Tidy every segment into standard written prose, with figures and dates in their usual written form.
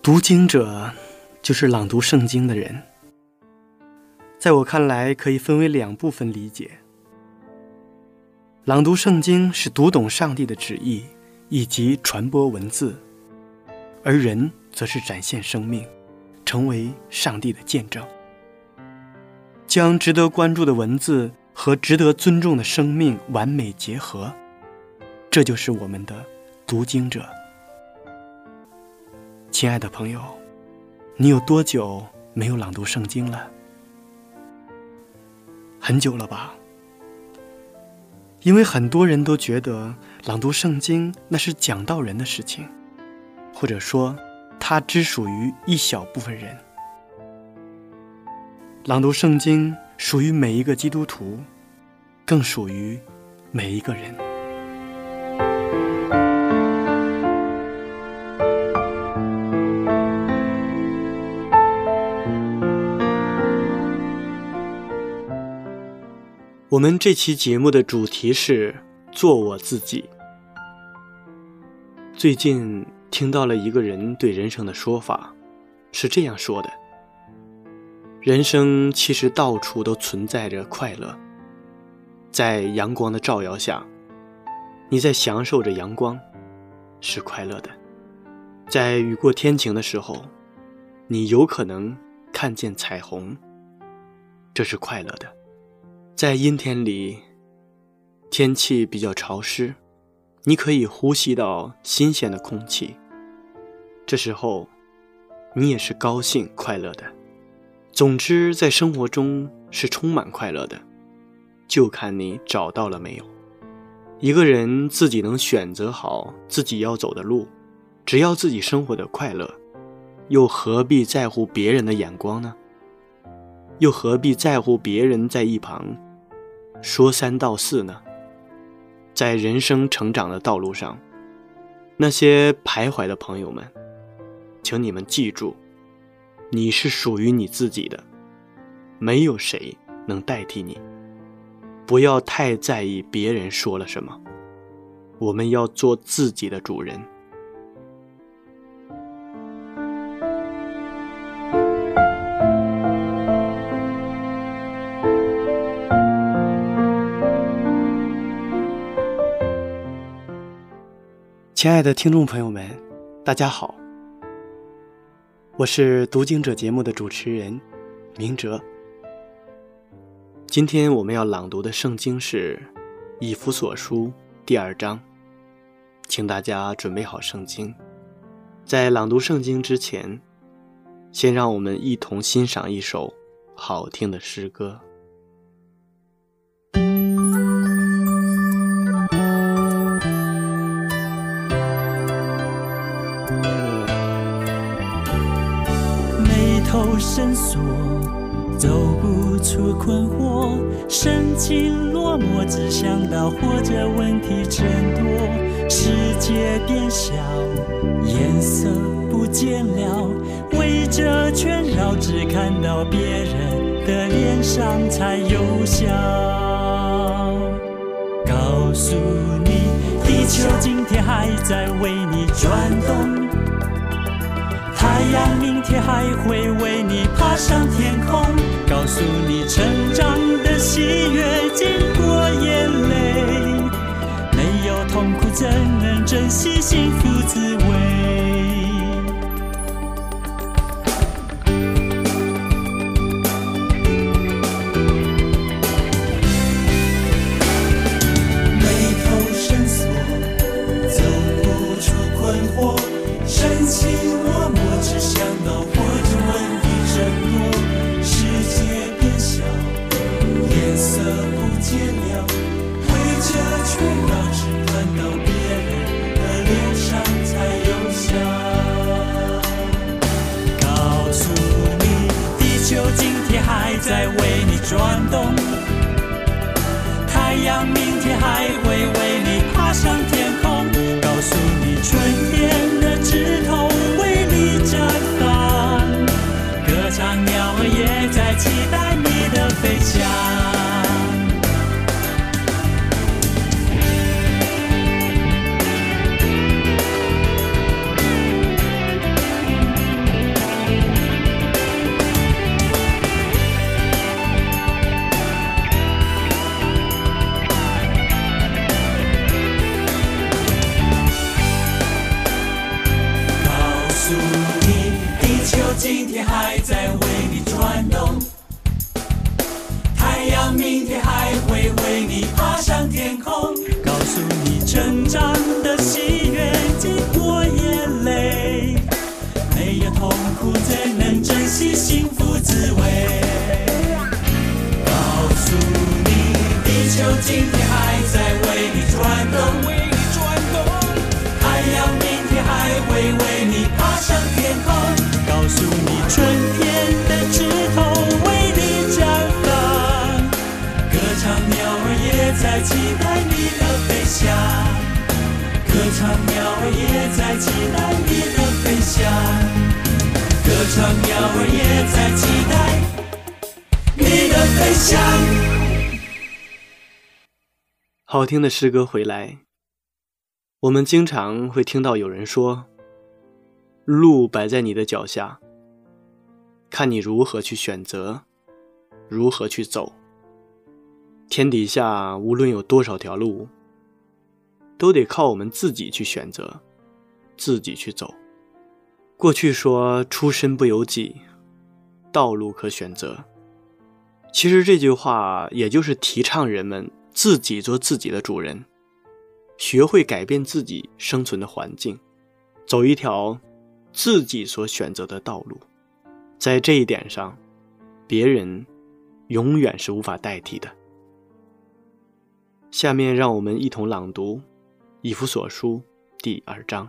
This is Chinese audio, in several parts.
读经者就是朗读圣经的人。在我看来，可以分为两部分理解。朗读圣经是读懂上帝的旨意以及传播文字，而人则是展现生命，成为上帝的见证，将值得关注的文字和值得尊重的生命完美结合，这就是我们的读经者。亲爱的朋友，你有多久没有朗读圣经了？很久了吧？因为很多人都觉得朗读圣经那是讲道人的事情，或者说它只属于一小部分人。朗读圣经属于每一个基督徒，更属于每一个人。我们这期节目的主题是做我自己。最近听到了一个人对人生的说法，是这样说的：人生其实到处都存在着快乐，在阳光的照耀下，你在享受着阳光，是快乐的；在雨过天晴的时候，你有可能看见彩虹，这是快乐的；在阴天里，天气比较潮湿，你可以呼吸到新鲜的空气，这时候你也是高兴快乐的。总之，在生活中是充满快乐的，就看你找到了没有。一个人自己能选择好自己要走的路，只要自己生活的快乐，又何必在乎别人的眼光呢？又何必在乎别人在一旁说三道四呢？在人生成长的道路上，那些徘徊的朋友们，请你们记住，你是属于你自己的，没有谁能代替你。不要太在意别人说了什么，我们要做自己的主人。亲爱的听众朋友们，大家好，我是读经者节目的主持人明哲。今天我们要朗读的圣经是以弗所书第2章，请大家准备好圣经。在朗读圣经之前，先让我们一同欣赏一首好听的诗歌。 深锁，走不出困惑，神情落寞，只想到活着问题真多，世界变小，颜色不见了，围着圈绕，只看到别人的脸上才有笑。告诉你，地球今天还在为你转动，太阳明天还会为你爬上天空，告诉你成长的喜悦经过眼泪，没有痛苦怎能珍惜幸福滋味。眉头深锁，走不出困惑，神情落寞，只想到活着问题真多，世界变小，颜色不见了，围着圈绕，只看到别人的脸上才有笑。告诉你，地球今天还在为你转动，太阳明天还会为你爬上天空，告诉你春天的枝头为你绽放，歌唱鸟儿也在期待你的飞翔。 长的喜悦，经过眼泪，没有痛苦怎能珍惜幸福滋味？告诉你，地球今天还在为你转动，太阳明天还会为你爬上天空。告诉你，春天的枝头为你绽放，歌唱鸟儿也在期待你的飞翔，歌唱鸟儿也在期待你的飞翔，歌唱鸟儿也在期待你的飞翔。 好听的诗歌回来，我们经常会听到有人说，路摆在你的脚下，看你如何去选择，如何去走。天底下无论有多少条路，都得靠我们自己去选择，自己去走。过去说出身不由己，道路可选择。其实这句话也就是提倡人们自己做自己的主人，学会改变自己生存的环境，走一条自己所选择的道路。在这一点上，别人永远是无法代替的。下面让我们一同朗读以弗所书第2章。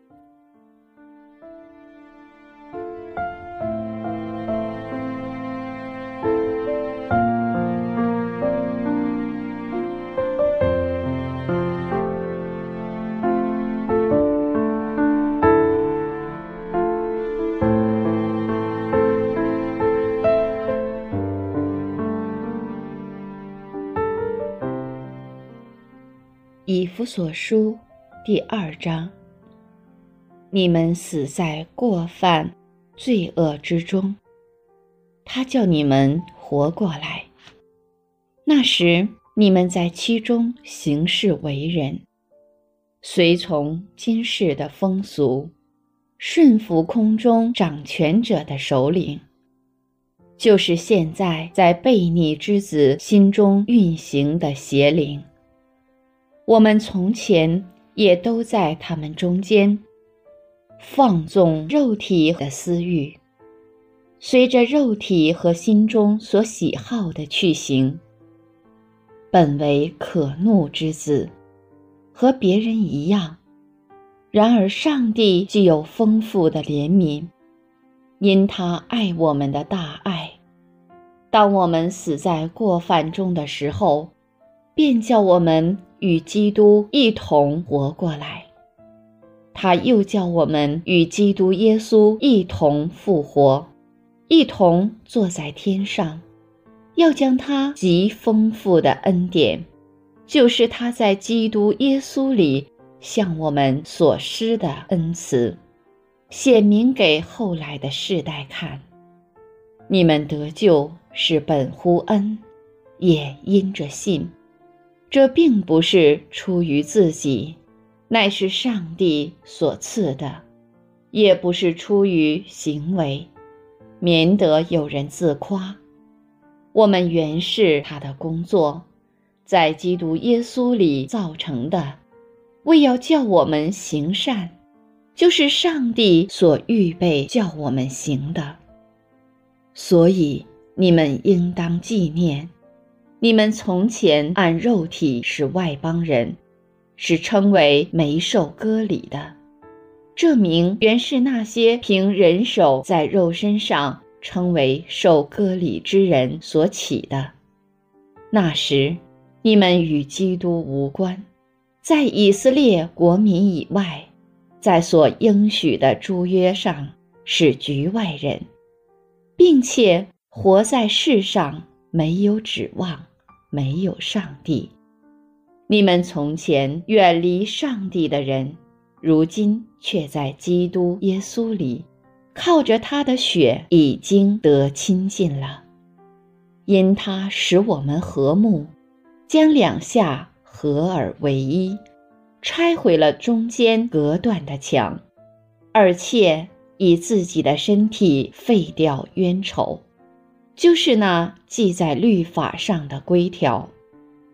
以弗所书第2章，你们死在过犯罪恶之中，他叫你们活过来。那时你们在其中行事为人，随从今世的风俗，顺服空中掌权者的首领，就是现在在悖逆之子心中运行的邪灵。我们从前也都在他们中间，放纵肉体的私欲，随着肉体和心中所喜好的去行，本为可怒之子，和别人一样。然而上帝具有丰富的怜悯，因他爱我们的大爱，当我们死在过犯中的时候，便叫我们与基督一同活过来。他又叫我们与基督耶稣一同复活，一同坐在天上，要将他极丰富的恩典，就是他在基督耶稣里向我们所施的恩慈，显明给后来的世代看。你们得救是本乎恩，也因着信。这并不是出于自己，乃是上帝所赐的，也不是出于行为，免得有人自夸。我们原是他的工作，在基督耶稣里造成的，为要叫我们行善，就是上帝所预备叫我们行的。所以你们应当纪念，你们从前按肉体是外邦人，是称为没受割礼的，这名原是那些凭人手在肉身上称为受割礼之人所起的。那时你们与基督无关，在以色列国民以外，在所应许的诸约上是局外人，并且活在世上没有指望，没有上帝。你们从前远离上帝的人，如今却在基督耶稣里，靠着他的血已经得亲近了。因他使我们和睦，将两下合而为一，拆毁了中间隔断的墙，而且以自己的身体废掉冤仇，就是那记在律法上的规条，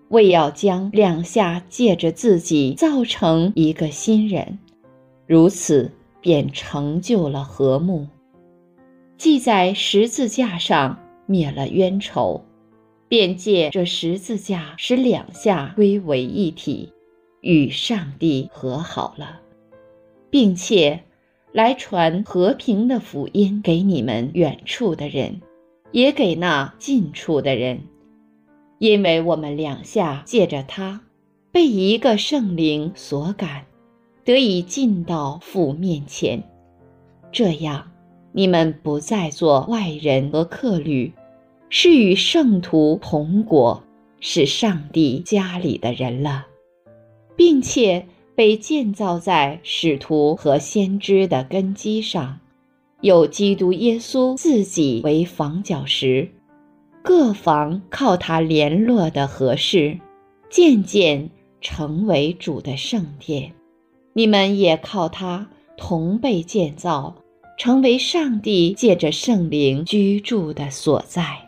为要将两下借着自己造成一个新人，如此便成就了和睦，既在十字架上灭了冤仇，便借这十字架使两下归为一体，与上帝和好了，并且来传和平的福音给你们远处的人，也给那近处的人，因为我们两下借着他被一个圣灵所感，得以进到父面前。这样你们不再做外人和客旅，是与圣徒同国，是上帝家里的人了，并且被建造在使徒和先知的根基上，有基督耶稣自己为房角石，各房靠他联络的合适，渐渐成为主的圣殿。你们也靠他同被建造，成为上帝借着圣灵居住的所在。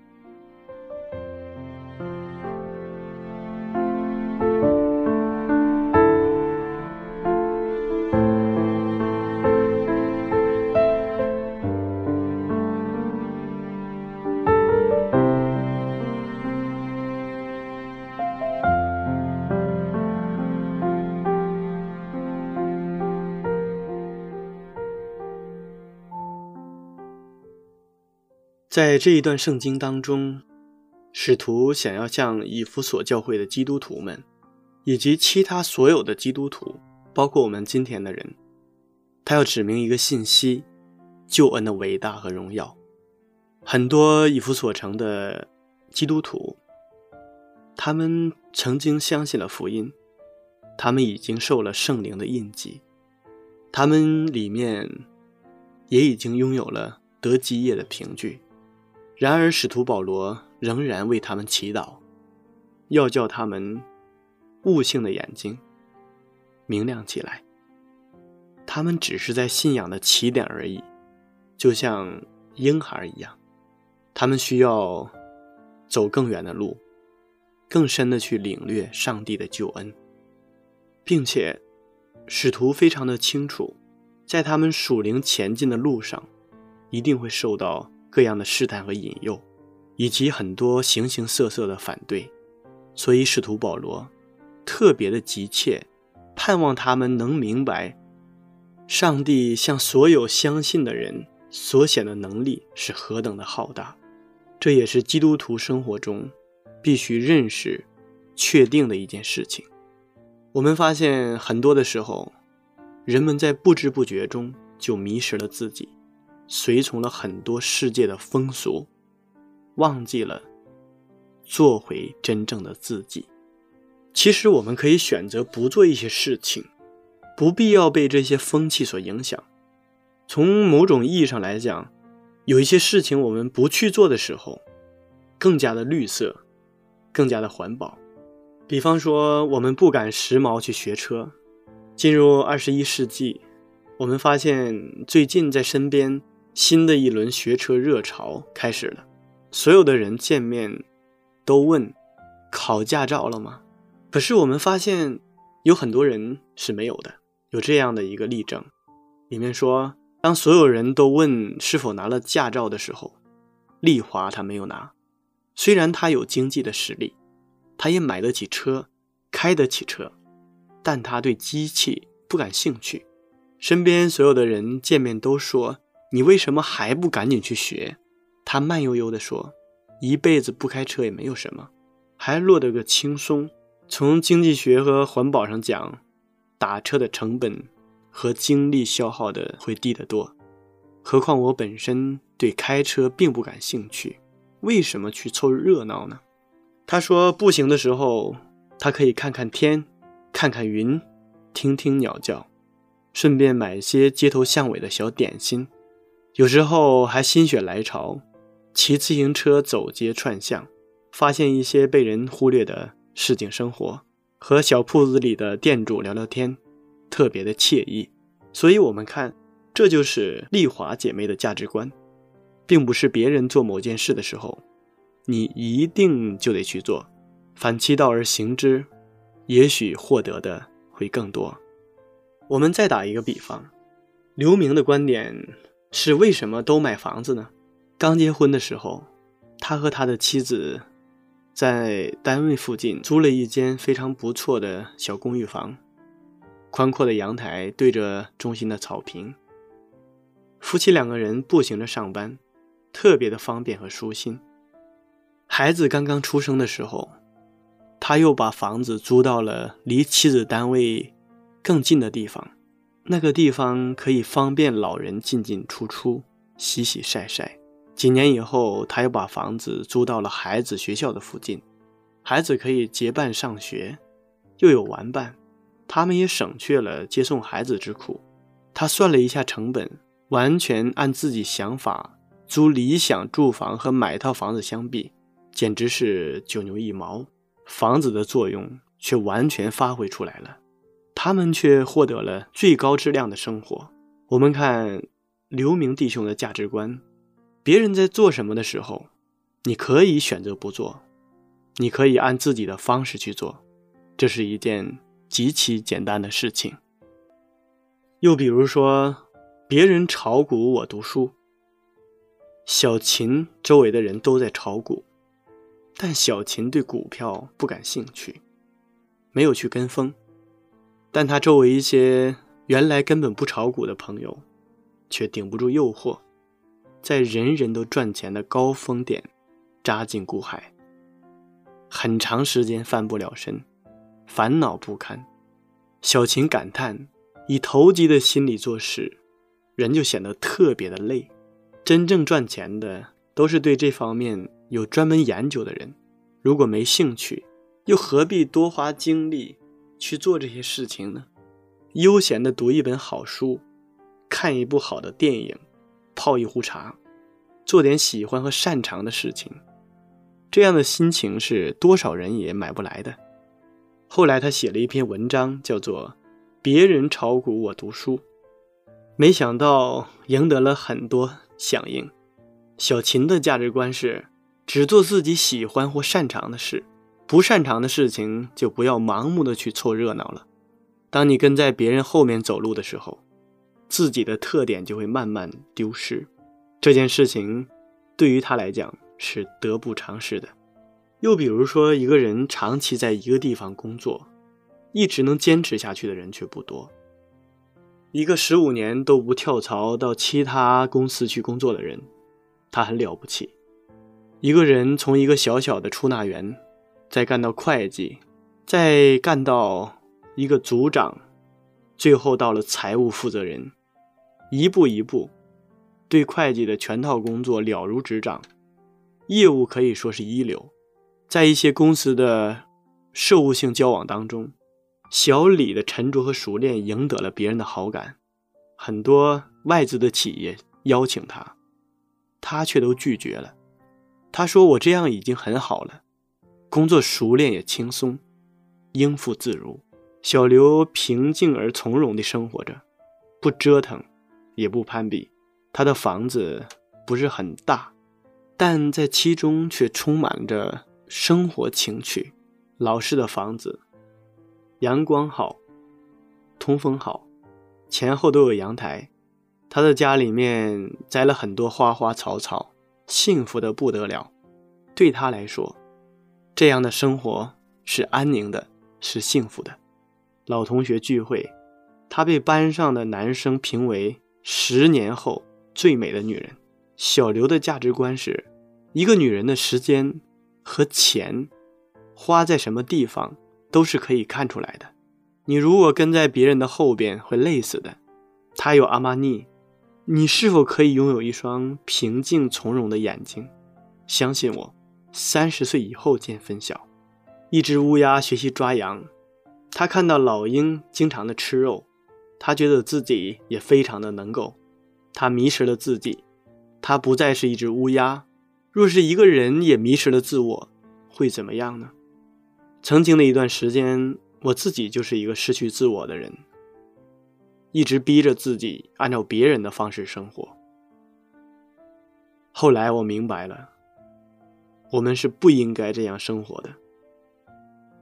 在这一段圣经当中，使徒想要向以弗所教会的基督徒们，以及其他所有的基督徒，包括我们今天的人，他要指明一个信息：救恩的伟大和荣耀。很多以弗所城的基督徒，他们曾经相信了福音，他们已经受了圣灵的印记，他们里面也已经拥有了得基业的凭据。然而使徒保罗仍然为他们祈祷，要叫他们悟性的眼睛明亮起来。他们只是在信仰的起点而已，就像婴孩一样，他们需要走更远的路，更深的去领略上帝的救恩，并且使徒非常的清楚，在他们属灵前进的路上，一定会受到各样的试探和引诱，以及很多形形色色的反对。所以使徒保罗特别的急切，盼望他们能明白，上帝向所有相信的人所显的能力是何等的浩大。这也是基督徒生活中必须认识、确定的一件事情。我们发现很多的时候，人们在不知不觉中就迷失了自己，随从了很多世界的风俗，忘记了做回真正的自己。其实我们可以选择不做一些事情，不必要被这些风气所影响。从某种意义上来讲，有一些事情我们不去做的时候，更加的绿色，更加的环保。比方说，我们不赶时髦去学车。进入21世纪，我们发现最近在身边新的一轮学车热潮开始了，所有的人见面都问考驾照了吗？可是我们发现有很多人是没有的。有这样的一个例证，里面说，当所有人都问是否拿了驾照的时候，丽华他没有拿。虽然他有经济的实力，他也买得起车，开得起车，但他对机器不感兴趣。身边所有的人见面都说，你为什么还不赶紧去学？他慢悠悠地说，一辈子不开车也没有什么，还落得个轻松。从经济学和环保上讲，打车的成本和精力消耗的会低得多。何况我本身对开车并不感兴趣，为什么去凑热闹呢？他说步行的时候，他可以看看天，看看云，听听鸟叫，顺便买些街头巷尾的小点心。有时候还心血来潮，骑自行车走街串巷，发现一些被人忽略的市井生活，和小铺子里的店主聊聊天，特别的惬意。所以我们看，这就是丽华姐妹的价值观，并不是别人做某件事的时候，你一定就得去做， 反其道而行之，也许获得的会更多。我们再打一个比方，刘明的观点是为什么都买房子呢？刚结婚的时候，他和他的妻子在单位附近租了一间非常不错的小公寓房，宽阔的阳台对着中心的草坪，夫妻2个人步行着上班，特别的方便和舒心。孩子刚刚出生的时候，他又把房子租到了离妻子单位更近的地方，那个地方可以方便老人进进出出，洗洗晒晒。几年以后，他又把房子租到了孩子学校的附近，孩子可以结伴上学，又有玩伴，他们也省去了接送孩子之苦。他算了一下成本，完全按自己想法，租理想住房和买套房子相比，简直是九牛一毛，房子的作用却完全发挥出来了，他们却获得了最高质量的生活。我们看刘明弟兄的价值观，别人在做什么的时候，你可以选择不做，你可以按自己的方式去做，这是一件极其简单的事情。又比如说，别人炒股我读书，小秦周围的人都在炒股，但小秦对股票不感兴趣，没有去跟风，但他周围一些原来根本不炒股的朋友却顶不住诱惑，在人人都赚钱的高峰点扎进股海，很长时间翻不了身，烦恼不堪。小秦感叹，以投机的心理做事，人就显得特别的累。真正赚钱的都是对这方面有专门研究的人，如果没兴趣，又何必多花精力去做这些事情呢？悠闲地读一本好书，看一部好的电影，泡一壶茶，做点喜欢和擅长的事情，这样的心情是多少人也买不来的。后来他写了一篇文章，叫做《别人炒股我读书》，没想到赢得了很多响应。小秦的价值观是只做自己喜欢或擅长的事，不擅长的事情就不要盲目的去凑热闹了。当你跟在别人后面走路的时候，自己的特点就会慢慢丢失。这件事情对于他来讲是得不偿失的。又比如说，一个人长期在一个地方工作，一直能坚持下去的人却不多。一个15年都不跳槽到其他公司去工作的人，他很了不起。一个人从一个小小的出纳员，再干到会计，再干到一个组长，最后到了财务负责人，一步一步对会计的全套工作了如指掌，业务可以说是一流。在一些公司的事务性交往当中，小李的沉着和熟练赢得了别人的好感，很多外资的企业邀请他，他却都拒绝了。他说，我这样已经很好了，工作熟练也轻松，应付自如。小刘平静而从容地生活着，不折腾也不攀比。他的房子不是很大，但在其中却充满着生活情趣。老式的房子，阳光好，通风好，前后都有阳台。他的家里面栽了很多花花草草，幸福的不得了。对他来说，这样的生活是安宁的，是幸福的。老同学聚会，他被班上的男生评为10年后最美的女人。小刘的价值观是，一个女人的时间和钱花在什么地方都是可以看出来的。你如果跟在别人的后边会累死的。他有阿玛尼，你是否可以拥有一双平静从容的眼睛？相信我，30岁以后见分晓。一只乌鸦学习抓羊，他看到老鹰经常的吃肉，他觉得自己也非常的能够。他迷失了自己，他不再是一只乌鸦。若是一个人也迷失了自我，会怎么样呢？曾经的一段时间，我自己就是一个失去自我的人，一直逼着自己按照别人的方式生活。后来我明白了，我们是不应该这样生活的。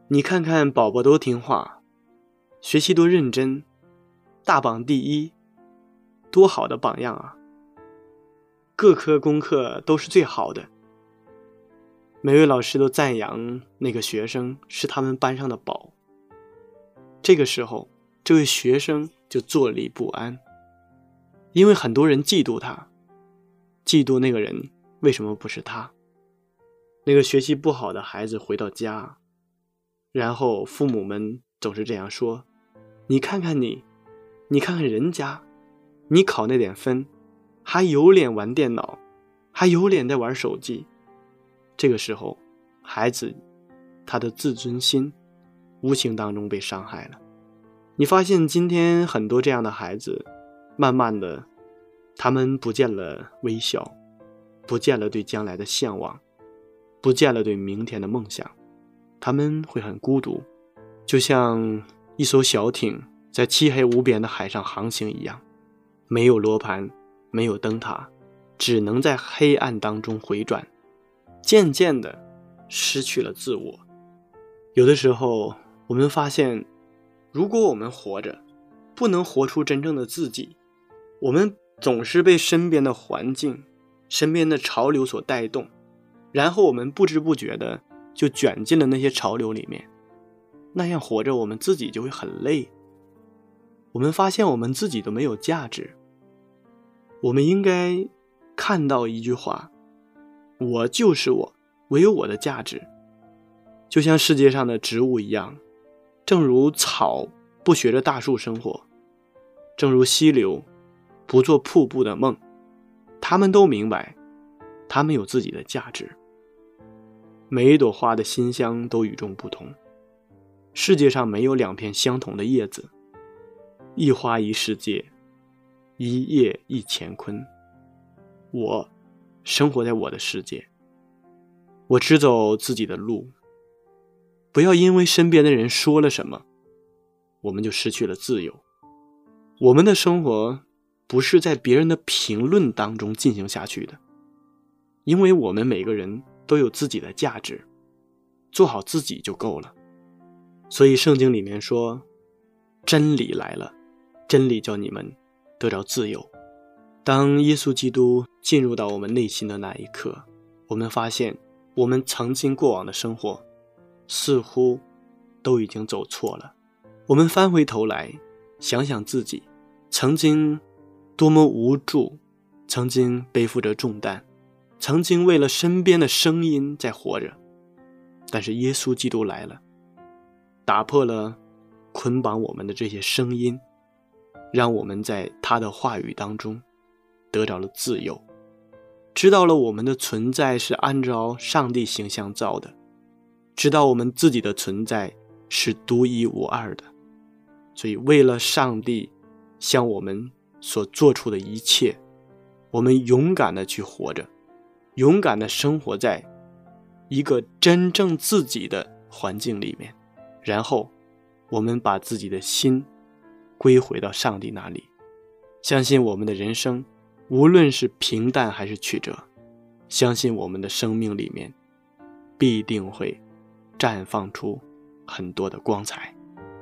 你看看宝宝多听话，学习多认真，大榜第一，多好的榜样啊！各科功课都是最好的，每位老师都赞扬那个学生是他们班上的宝。这个时候，这位学生就坐立不安，因为很多人嫉妒他，嫉妒那个人为什么不是他。那个学习不好的孩子回到家，然后父母们总是这样说，你看看你看看人家，你考那点分，还有脸玩电脑，还有脸在玩手机。这个时候，孩子他的自尊心无形当中被伤害了。你发现今天很多这样的孩子，慢慢的他们不见了微笑，不见了对将来的向往，不见了对明天的梦想，他们会很孤独，就像一艘小艇在漆黑无边的海上航行一样，没有罗盘，没有灯塔，只能在黑暗当中回转，渐渐的失去了自我。有的时候我们发现，如果我们活着不能活出真正的自己，我们总是被身边的环境，身边的潮流所带动，然后我们不知不觉的就卷进了那些潮流里面，那样活着我们自己就会很累。我们发现我们自己都没有价值。我们应该看到一句话，我就是我，我有我的价值。就像世界上的植物一样，正如草不学着大树生活，正如溪流不做瀑布的梦，他们都明白他们有自己的价值。每一朵花的馨香都与众不同，世界上没有两片相同的叶子，一花一世界，一叶一乾坤。我生活在我的世界，我只走自己的路。不要因为身边的人说了什么，我们就失去了自由。我们的生活不是在别人的评论当中进行下去的，因为我们每个人都有自己的价值，做好自己就够了。所以圣经里面说，真理来了，真理叫你们得着自由。当耶稣基督进入到我们内心的那一刻，我们发现我们曾经过往的生活似乎都已经走错了。我们翻回头来想想自己曾经多么无助，曾经背负着重担，曾经为了身边的声音在活着。但是耶稣基督来了，打破了捆绑我们的这些声音，让我们在他的话语当中得着了自由，知道了我们的存在是按照上帝形象造的，知道我们自己的存在是独一无二的。所以为了上帝向我们所做出的一切，我们勇敢的去活着，勇敢的生活在一个真正自己的环境里面，然后我们把自己的心归回到上帝那里，相信我们的人生无论是平淡还是曲折，相信我们的生命里面必定会绽放出很多的光彩。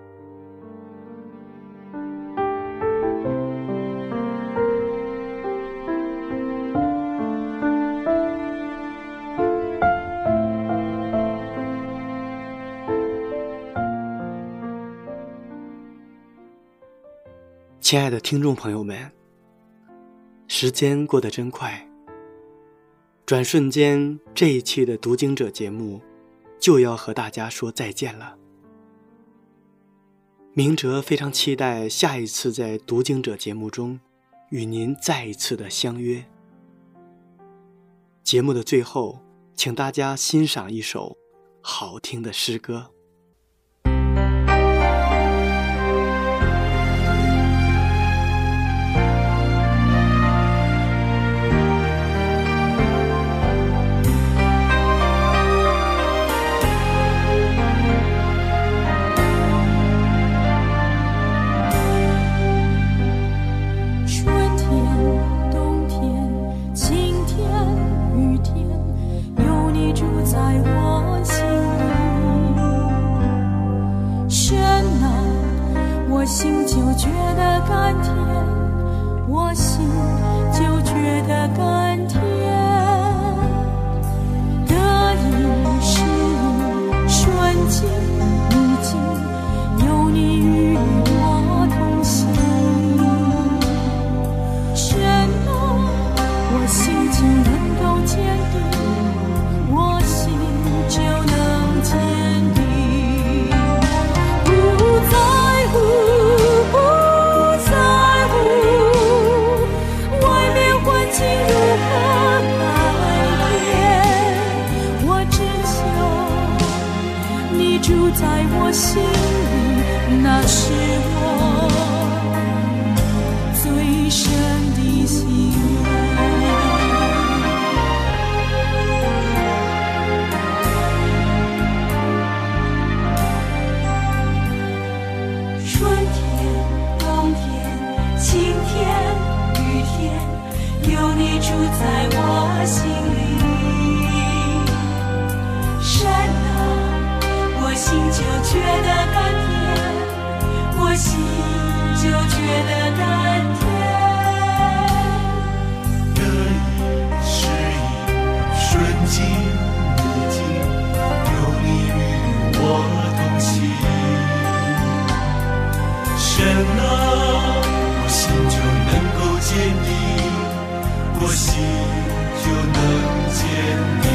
亲爱的听众朋友们，时间过得真快，转瞬间这一期的读经者节目就要和大家说再见了。明哲非常期待下一次在读经者节目中与您再一次的相约。节目的最后，请大家欣赏一首好听的诗歌。 在我心里。 神的心愿。春天、冬天、晴天、雨天，有你住在我心里。神啊，我心就觉得甘甜，我心就觉得甘甜。得意失意，顺境逆境，有你与我同行。神啊，我心就能够坚定，我心就能坚定。